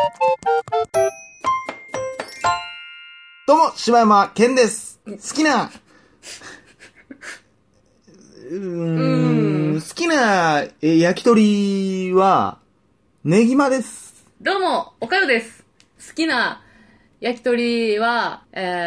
どうも、柴山健です。好きな焼き鳥は、ネギマです。 どうも、おかよです。好きな焼き鳥は、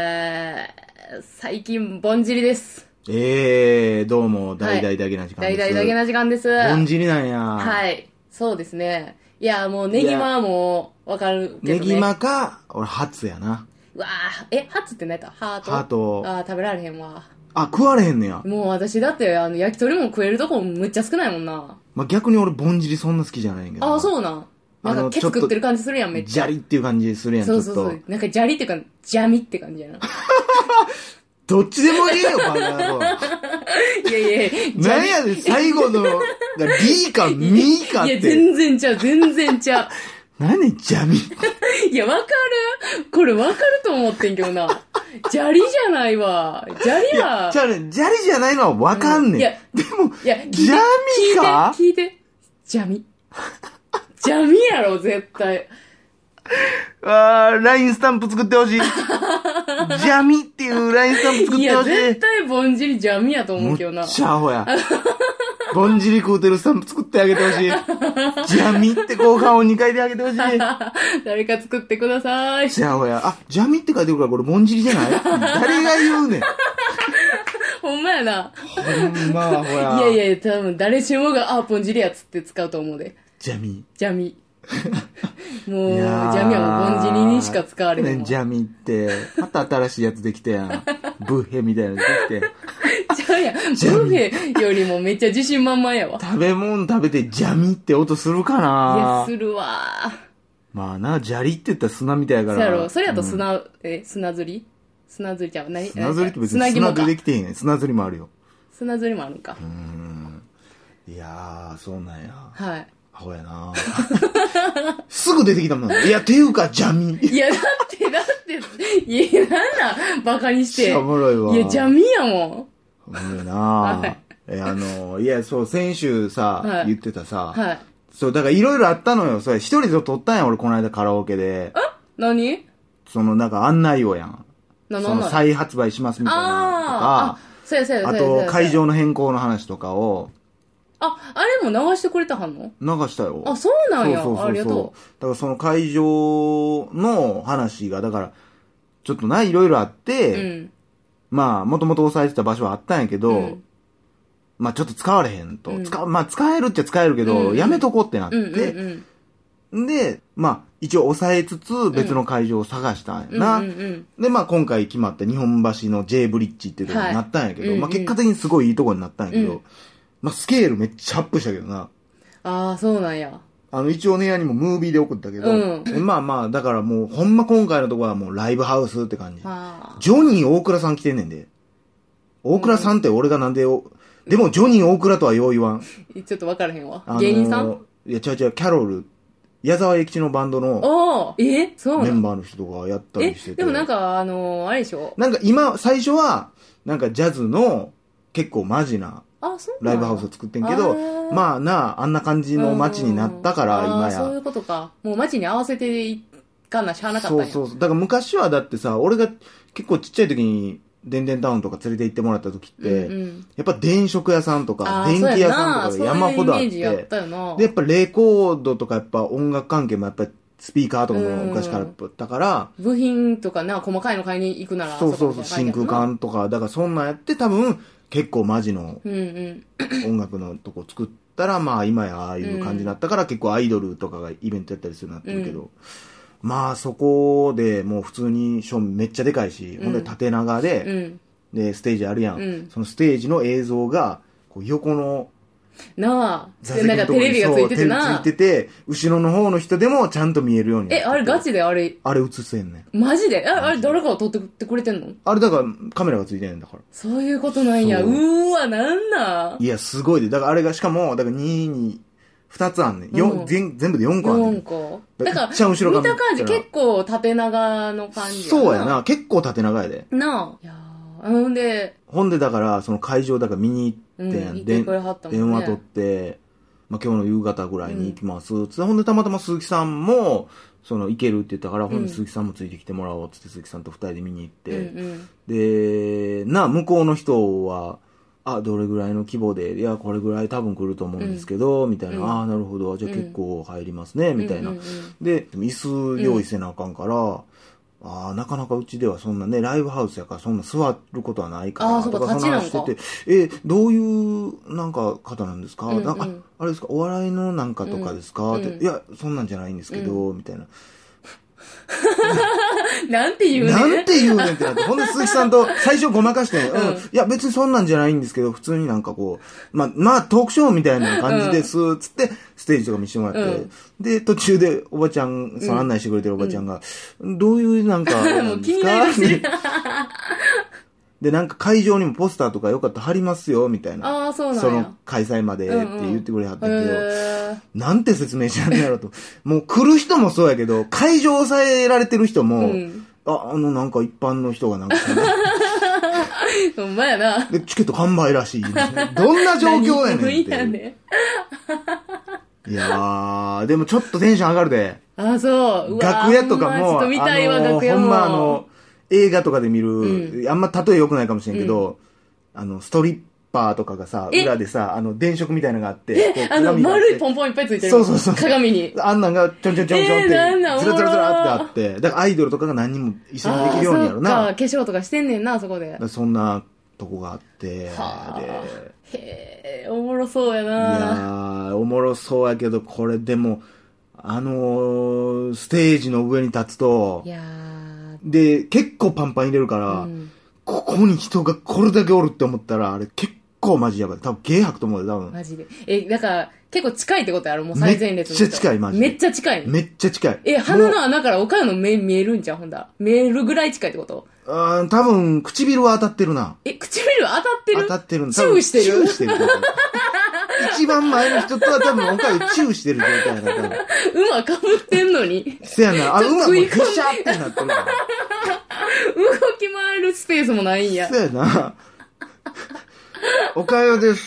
最近、ぼんじりです。 どうも、大々だけな時間です。 大々だけな時間です。 ぼんじりなんや。 はい、そうですね。いや、もうネギマはもう、わかるけどね。 ネギマか、俺、ハツやな。 うわハツって何やった？ハート。 食べられへんわ。 食われへんねや。 もう私だって、焼き鳥も食えるとこむっちゃ少ないもんな。 逆に俺、ぼんじりそんな好きじゃないんけど。 そうなん。なんか、ケツ食ってる感じするやん、めっちゃ。 ジャリっていう感じするやん、 そうそうそう。なんか、ジャリっていうか、ジャミって感じやな。 どっちでもいいよ、バカ野郎。 いやいや、 何やで、最後の、リかミかって。 いや、全然ちゃう、全然ちゃう。 何ジャミいや、わかる？これわかると思ってんけどな。砂利じゃないわ。砂利は。 じゃあね、砂利じゃないのはわかんねん。 いや、 でも、 いや、 ジャミか聞いて。ジャミ。ジャミやろ、絶対。 ラインスタンプ作ってほしい。ジャミっていうラインスタンプ作ってほしい。 いや、絶対ぼんじりジャミやと思うけどな。 むっちゃアホや。ぼんじり食うてるスタンプ作ってあげてほしい。ジャミって交換を2回であげてほしい。 誰か作ってください。 むっちゃアホや。ジャミって書いてるからこれぼんじりじゃない？誰が言うねん。 ほんまやな。 ほんまアホや。 いやいや、多分誰しもが、ぼんじりやつって使うと思うで。 ジャミ。 ジャミ。もう、ジャミはもうぼんじりにしか使われへんわ。 ジャミって、また新しいやつできたやん。ブッヘみたいなやつできて。 じゃあや、ブッフェよりもめっちゃ自信満々やわ。 食べ物食べてジャミって音するかな？ いや、するわ。 まあな、砂利って言ったら砂みたいやから。 そうやろ。それやと砂釣り砂釣りちゃう。何？ 砂釣りって別に砂でできてへんねん。砂釣りもあるよ。 砂釣りもあるんか。 いやー、そうなんや。 はい。 アホやなすぐ出てきたもん。いや、ていうか、ジャミ。 いや、だって、いや、なんなんバカにして。 おもろいわ。 いや、ジャミやもん。 おもろいなはい。いや、そう、先週さ、 はい、 言ってたさ、 はい。 そう、だからいろいろあったのよ。それ、一人で撮ったんや、俺、この間カラオケで。 何？ なんか案内をやん。再発売しますみたいなとか、あと、会場の変更の話とかを、 あれも流してくれたはんの？ 流したよ。 そうなんや。 そう。 ありがとう。だからその会場の話が、だから、ちょっといろいろあって、まあ、もともと押さえてた場所はあったんやけど、まあちょっと使われへんと。まあ使えるっちゃ使えるけど、やめとこうってなって、で、まあ一応抑えつつ別の会場を探したんやな。で、まあ今回決まった日本橋の J ブリッジっていうところになったんやけど、まあ結果的にすごいいいところになったんやけど、まあスケールめっちゃアップしたけどな。 そうなんや。 一応ねやにもムービーで送ったけど、まあまあ、だからもうほんま今回のところはもうライブハウスって感じ。ジョニー大倉さん来てんねんで。大倉さんって俺がなんででもジョニー大倉とはよう言わん。 ちょっと分からへんわ。芸人さん？ いや、違う、キャロル、矢沢永吉のバンドの、 そうメンバーの人がやったりしてて。 でもなんか、あれでしょ？ なんか最初は、なんかジャズの結構マジな、ライブハウスを作ってんけど、まああんな感じの街になったから、今や。 そういうことか。もう街に合わせていかなしゃあなかったんや。 そう。だから昔はだってさ、俺が結構ちっちゃい時に、デンデンタウンとか連れて行ってもらった時って、やっぱ電飾屋さんとか、電気屋さんとかが山ほどあって、で、やっぱレコードとかやっぱ音楽関係もやっぱスピーカーとかも昔からあったから、 部品とかな、細かいの買いに行くなら、 そう、真空管とか、だからそんなんやって多分、結構マジの音楽のとこ作ったら、まあ今やああいう感じになったから、結構アイドルとかがイベントやったりするようになってるけど、まあそこでもう普通にめっちゃでかいし、ほんで縦長で、で、ステージあるやん。そのステージの映像が、こう横の、 なんかテレビがついててな。 ついてて、後ろの方の人でもちゃんと見えるように。 あれガチであれ映せんねん。マジで？あれ誰かが撮ってってくれてんの？ あれだからカメラがついてんねんだから。 そういうことなんや。なんなん？ いや、すごいで。だからあれがしかも、だから2つあんねん。全部で4個あんねん。 4個。だから、見た感じ結構縦長の感じやな。 そうやな。結構縦長やで。 なあ。いやほんでだから、その会場だから見に行ってん。電話取って、まあ今日の夕方ぐらいに行きます。ほんでたまたま鈴木さんも、 行けるって言ったから、ほんで鈴木さんもついてきてもらおうっつって鈴木さんと二人で見に行って、で、向こうの人は、どれぐらいの規模で、いや、これぐらい多分来ると思うんですけど、みたいな、なるほど、じゃあ結構入りますね、みたいな。で、椅子用意せなあかんから、なかなかうちではそんなね、ライブハウスやからそんな座ることはないから、とかそんな話してて、どういうなんか方なんですか、なんか、あれですか、お笑いのなんかとかですか、って、いや、そんなんじゃないんですけど、みたいな。 なんて言うねん。 なんて言うねんってなって。ほんで鈴木さんと最初ごまかして、いや別にそんなんじゃないんですけど、普通になんかこう、まあトークショーみたいな感じです、つってステージとか見せてもらって、で、途中でおばちゃん、その案内してくれてるおばちゃんが、どういうなんか、 もう気になりまして。 で、なんか会場にもポスターとかよかったら貼りますよ、みたいな。 そうなんや。 その開催までって言ってくれはったけど、なんて説明しやんねやろと。もう来る人もそうやけど、会場を抑えられてる人も、なんか一般の人がなんか、 ほんまやな。 で、チケット完売らしい。どんな状況やねんって。いやー、でもちょっとテンション上がるで。 そう。 楽屋とかも、 ちょっと見たいわ、楽屋も。 ほんま映画とかで見る、あんま例え良くないかもしれんけど、ストリッパーとかがさ、裏でさ、電飾みたいなのがあって、 丸いポンポンいっぱいついてる。 そう。 鏡に。 あんなんがちょんって、ずらずらずらってあって、だからアイドルとかが何人も一緒にできるようにやるな。 化粧とかしてんねんな、そこで。 そんなとこがあって、 おもろそうやな。 いやー、おもろそうやけど、これでも、ステージの上に立つと、で、結構パンパン入れるから、ここに人がこれだけおるって思ったら、あれ結構マジやばい。多分芸博と思うよ、多分。 マジで。だから、結構近いってことやろ、もう最前列の人。 めっちゃ近い、マジで。 めっちゃ近い。 めっちゃ近い。 鼻の穴から岡山の目見えるんじゃん、ほんだ。見えるぐらい近いってこと？ 多分、唇は当たってるな。 唇当たってる？ 当たってる。 チューしてる？ チューしてる。一番前の人とは多分、おかゆチューしてる状態だから。 馬かぶってんのに。 せやな。馬もぐしゃってなってるから。 動き回るスペースもないんや。 せやな。おかゆです。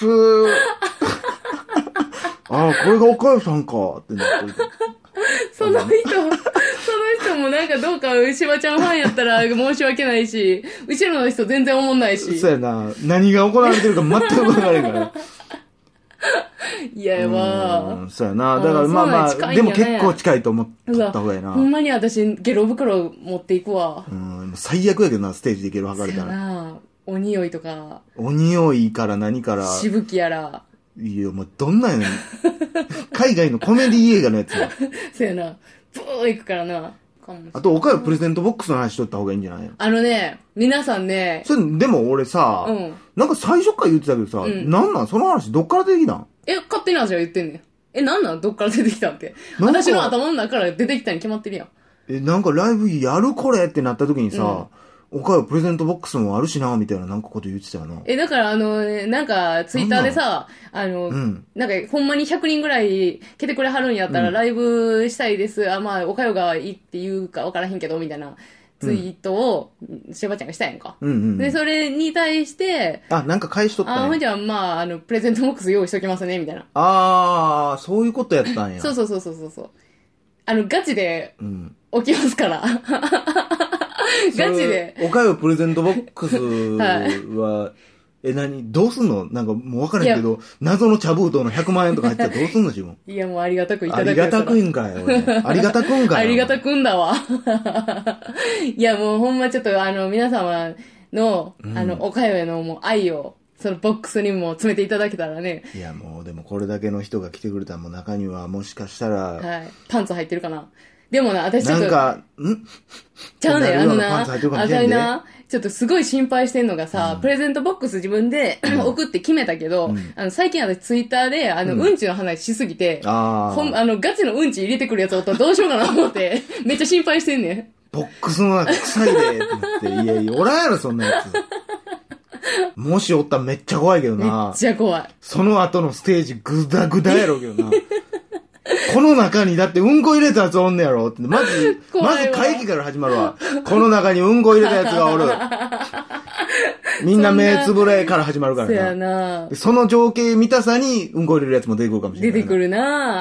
これがおかゆさんかってなってる。 その人もなんかどうかしばちゃんファンやったら申し訳ないし、後ろの人全然思んないし。 そうやな。何が行われてるか全く分からないから。 いやわ。 そうやな。だからまあ、でも結構近いと思った方がいいな。 ほんまに私、ゲロ袋持っていくわ。 最悪やけどな、ステージでゲロ吐かれたら。 お匂いとか。 お匂いから何から。 しぶきやら。 いや、もうどんなんやねん。海外のコメディ映画のやつや。 そうやな。ブー行くからな。 あと、おかゆプレゼントボックスの話しとった方がいいんじゃないの？皆さんね。 それ、でも俺さ、なんか最初から言ってたけどさ、なんなんその話どっから出てきたん？ 勝手に私が言ってんねん。なんなんどっから出てきたんって。私の頭の中から出てきたに決まってるやん。 なんかライブやるこれってなった時にさ、おかゆプレゼントボックスもあるしな、みたいななんかこと言ってたよな。 だからなんかツイッターでさ、なんかほんまに100人ぐらい来てくれはるんやったらライブしたいです。まあ、おかゆがいいって言うかわからへんけど、みたいなツイートをしばちゃんがしたやんか。で、それに対して、 なんか返しとったね。 ほんじゃまあ、プレゼントボックス用意しときますね、みたいな。 そういうことやったんや。 そう。ガチで起きますから。ガチで。 おかゆプレゼントボックスは、どうすんのなんかもう分からへんけど、謎の茶封筒の100万円とか入ってたらどうすんの自分。 いやもうありがたくいただきありがたくんかよ。ありがたくんかよ。 ありがたくんだわ。いやもうほんまちょっと皆様の、おかゆへのもう愛を、そのボックスにも詰めていただけたらね。 いやもうでもこれだけの人が来てくれたらもう中にはもしかしたら。 パンツ入ってるかな。でもな、私ちょっと。 なんか、 ちゃうねん、な、ちょっとすごい心配してんのがさ、プレゼントボックス自分で送って決めたけど、最近私ツイッターで、うんちの話しすぎて、ガチのうんち入れてくるやつおったらどうしようかな思って、めっちゃ心配してんねん。 ボックスの中臭いで、って言って、いや、おらんやろ、そんなやつ。もしおったらめっちゃ怖いけどな。 めっちゃ怖い。 その後のステージグダグダやろうけどな。この中にだってうんこ入れたやつおんねやろって。まず会議から始まるわ。この中にうんこ入れたやつがおる。みんな目つぶれから始まるからな。 そやな。 その情景見たさにうんこ入れるやつも出てくるかもしれない。 出てくるな。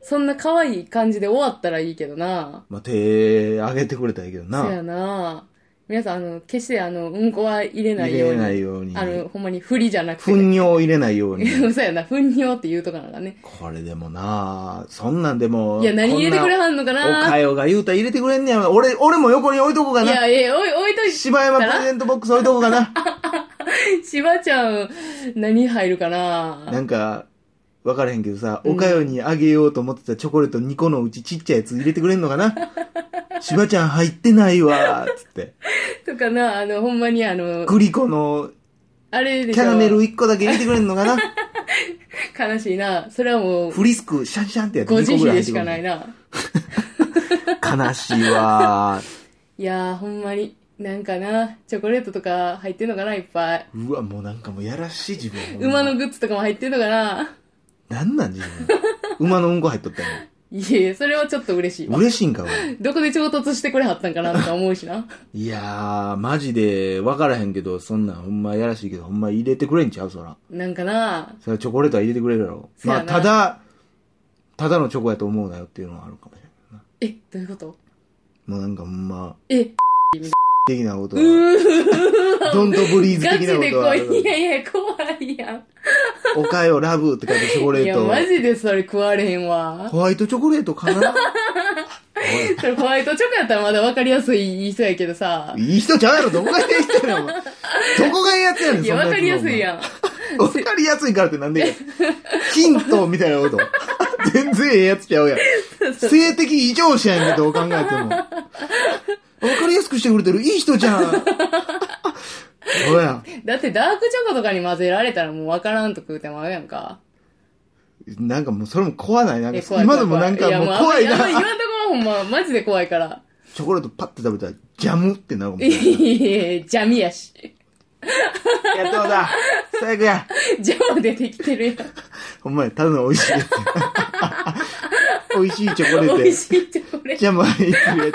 そんな可愛い感じで終わったらいいけどな。 まあ、手上げてくれたらいいけどな。 そうやな。皆さん、決してうんこは入れないように。 入れないように。 ほんまに振りじゃなくて、 糞尿を入れないように。 そうやな、糞尿って言うとかなんかね。 これでもなそんなんでも。 いや、何入れてくれはんのかな。 おかよが言うたら入れてくれんねやろ。俺も横に置いとこうかな。 いや、置いといて。 柴山プレゼントボックス置いとこうかな。 柴ちゃん、何入るかな。 なんか、わからへんけどさ、おかよにあげようと思ってたチョコレート2個のうちちっちゃいやつ入れてくれんのかな。柴ちゃん入ってないわーつって。 とかな、ほんまにグリコの、 あれでしょ。 キャラメル1個だけ入れてくれんのかな。 悲しいな。それはもう。 フリスク、シャンシャンってやつ 2個ぐらい入ってくる。5時比でしかないな。 悲しいわー。いやー、ほんまに。なんかな、チョコレートとか入ってんのかな、いっぱい。 うわ、もうなんかもうやらしい自分。 馬のグッズとかも入ってんのかな。 なんなん自分。馬のうんこ入っとったんや。 いやそれはちょっと嬉しいわ。 嬉しいんか、 どこで衝突してくれはったんかなとか思うしな。 いやー、マジで分からへんけど、そんなんほんまやらしいけど、ほんま入れてくれんちゃうそら。 なんかな。 それチョコレートは入れてくれるやろ。まあ、ただのチョコやと思うなよっていうのはあるかもしれないな。どういうこと？ もうなんかほんま。 的なことは。ドントブリーズ的なことは。 ガチで怖い。いや、怖いやん。 おかよラブって書いてチョコレート。 いや、マジでそれ食われへんわ。 ホワイトチョコレートかな。 それホワイトチョコやったらまだ分かりやすい人やけどさ。 いい人ちゃうやろ、どこがいい人やねん、お前。どこがいいやつやねん、 いや、分かりやすいやん。 分かりやすいからってなんでや。ヒントみたいなこと。全然ええやつちゃうやん。性的異常者やんけど、どう考えても。分かりやすくしてくれてる。いい人じゃん。そうや。 だってダークチョコとかに混ぜられたらもう分からんと食うてもあるやんか。 なんかもうそれも怖ない。なんか今でもなんかもう怖いな。 今んとこはほんまマジで怖いから。 チョコレートパッて食べたらジャムってなるもん。 ジャミやし。 やってもだ。最悪や。 ジャム出てきてるやん。 ほんまや、ただの美味しいやつ。美味しいチョコレート。 美味しいチョコレート。 ジャム入ってるや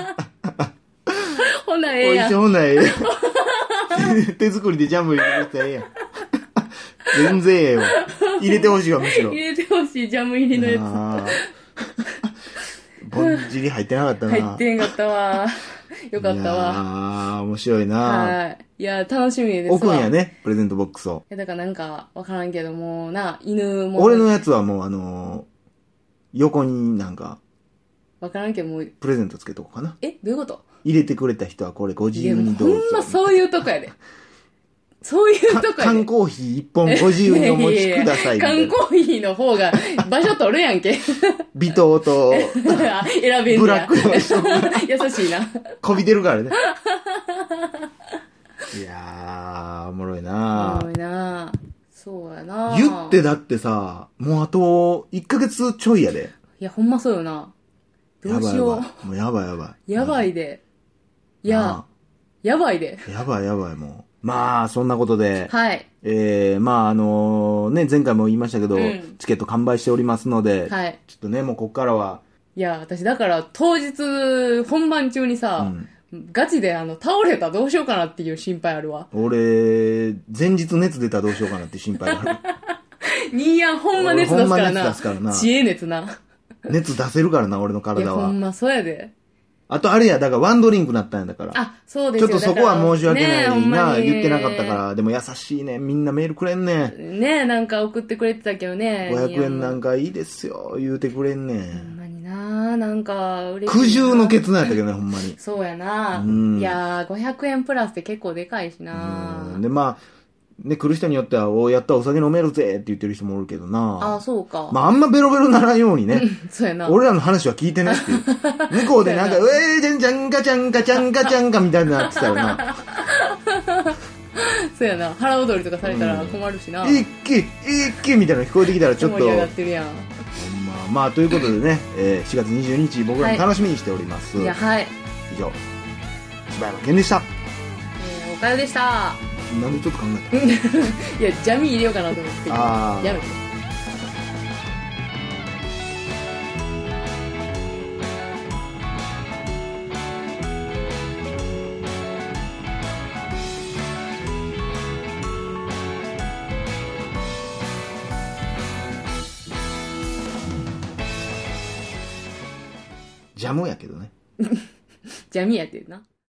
つ。ほなええやん。 美味しいほなええやん。手作りでジャム入れてええやん。全然ええわ。入れてほしいわ、むしろ。 入れてほしい、ジャム入りのやつ。ぼんじり入ってなかったな。 入ってんかったわ。よかったわ。 ああ、面白いな。 はい。いや、楽しみですわ。 置くんやね、プレゼントボックスを。 だからなんか、わからんけども、犬も。 俺のやつはもう横になんか、 わからんけどもう。 プレゼントつけとこうかな。 どういうこと？ 入れてくれた人はこれご自由にどうぞ。 ほんまそういうとこやで。そういうとこやで。 缶コーヒー1本ご自由にお持ちください。 缶コーヒーの方が場所取るやんけ。 微糖と、 選べんねや。 ブラックの人優しいな。 こびてるからね。いやー、おもろいな。 おもろいな。そうやな。 言ってだってさ、もうあと1ヶ月ちょいやで。 いや、ほんまそうよな。どうしよう。 もうやばいやばい。 やばいで。いや、やばいで。 やばいやばいもう。まあ、そんなことで。 はい。 まあね、前回も言いましたけど、チケット完売しておりますので、 はい。 ちょっとね、もうこっからは。 いや、私だから当日、本番中にさ、ガチで倒れたらどうしようかなっていう心配あるわ。 俺、前日熱出たらどうしようかなって心配がある。 ニーヤンほんま熱出すからな。 ほんま熱出すからな。 知恵熱な。 熱出せるからな、俺の体は。 いや、ほんまそうやで。 あとあれや、だからワンドリンクなったんやだから。 あ、そうですよ。 ちょっとそこは申し訳ないな、 ね、 言ってなかったから。でも優しいね。みんなメールくれんね。 ねなんか送ってくれてたけどね。 500円なんかいいですよ、言うてくれんね。 ほんまにな、なんか嬉しい。 苦渋の決断やったけどね、ほんまに。 そうやな。いやー、500円プラスって結構でかいしな。 で、まあ、ね、来る人によっては、やったお酒飲めるぜって言ってる人もおるけどな。 ああ、そうか。 まあ、あんまベロベロならんようにね。 そうやな。 俺らの話は聞いてねっていう。向こうでなんか、じゃんじゃんかちゃんかちゃんかちゃんかみたいになってたらな。 そうやな。腹踊りとかされたら困るしな。 一気みたいなの聞こえてきたらちょっと。 盛り上がってるやん。 まあ、ということでね、4月22日僕らも楽しみにしております。 いや、はい。 以上、柴山健でした。 おかよでした。 なんでちょっと考えたいや、ジャミ入れようかなと思って。やめて。 ジャムやけどね。 ジャミやってるな。